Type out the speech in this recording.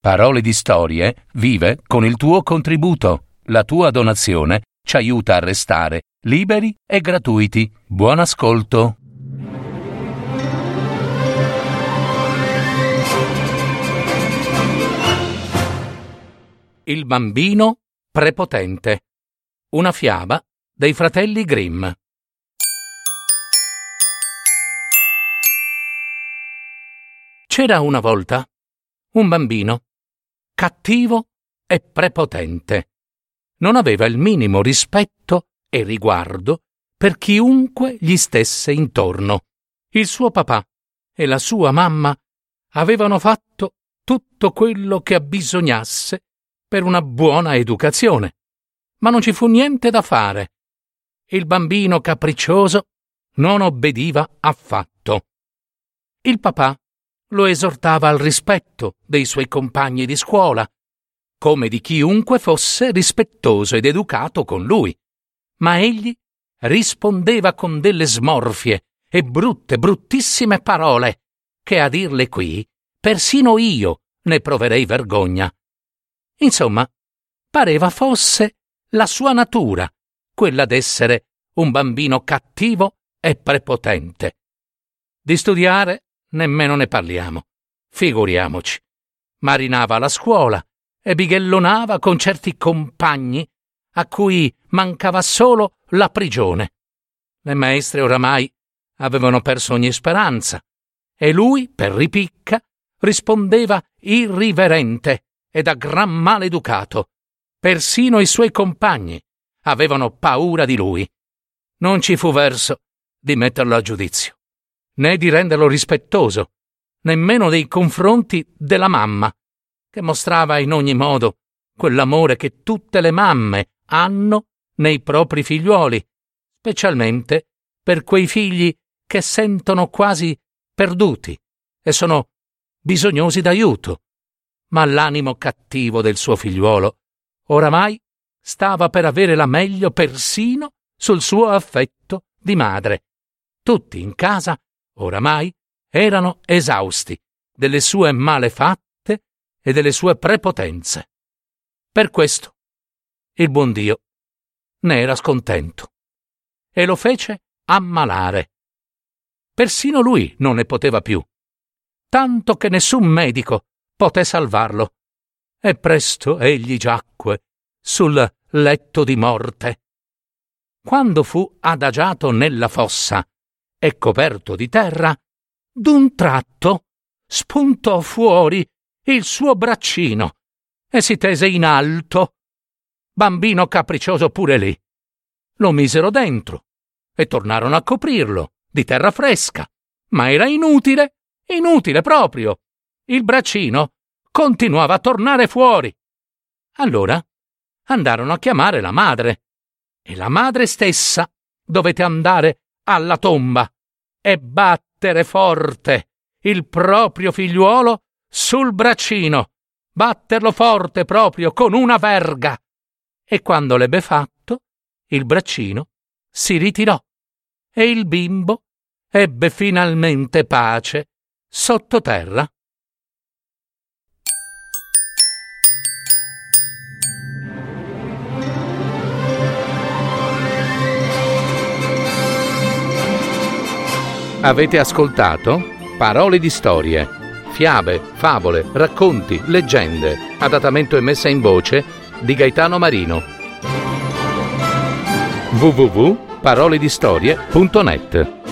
Parole di Storie vive con il tuo contributo. La tua donazione ci aiuta a restare liberi e gratuiti. Buon ascolto. Il bambino prepotente. Una fiaba dei fratelli Grimm. C'era una volta un bambino cattivo e prepotente. Non aveva il minimo rispetto e riguardo per chiunque gli stesse intorno. Il suo papà e la sua mamma avevano fatto tutto quello che abbisognasse per una buona educazione, ma non ci fu niente da fare. Il bambino capriccioso non obbediva affatto. Il papà lo esortava al rispetto dei suoi compagni di scuola, come di chiunque fosse rispettoso ed educato con lui, ma egli rispondeva con delle smorfie e bruttissime parole, che a dirle qui persino io ne proverei vergogna. Insomma, pareva fosse la sua natura, quella d'essere un bambino cattivo e prepotente. Di studiare nemmeno ne parliamo, figuriamoci. Marinava alla scuola e bighellonava con certi compagni a cui mancava solo la prigione. Le maestre oramai avevano perso ogni speranza e lui, per ripicca, rispondeva irriverente e da gran maleducato. Persino i suoi compagni avevano paura di lui. Non ci fu verso di metterlo a giudizio, né di renderlo rispettoso, nemmeno nei confronti della mamma, che mostrava in ogni modo quell'amore che tutte le mamme hanno nei propri figliuoli, specialmente per quei figli che sentono quasi perduti e sono bisognosi d'aiuto. Ma l'animo cattivo del suo figliuolo oramai stava per avere la meglio persino sul suo affetto di madre. Tutti in casa oramai erano esausti delle sue malefatte e delle sue prepotenze. Per questo il buon Dio ne era scontento e lo fece ammalare. Persino lui non ne poteva più, tanto che nessun medico poté salvarlo, e presto egli giacque sul letto di morte. Quando fu adagiato nella fossa e coperto di terra, d'un tratto spuntò fuori il suo braccino e si tese in alto. Bambino capriccioso pure lì. Lo misero dentro e tornarono a coprirlo di terra fresca, ma era inutile proprio. Il braccino continuava a tornare fuori. Allora andarono a chiamare la madre, e la madre stessa dovette andare alla tomba e battere forte il proprio figliuolo sul braccino, batterlo forte proprio con una verga. E quando l'ebbe fatto, il braccino si ritirò e il bimbo ebbe finalmente pace sottoterra. Avete ascoltato Parole di Storie, fiabe, favole, racconti, leggende, adattamento e messa in voce di Gaetano Marino. www.paroledistorie.net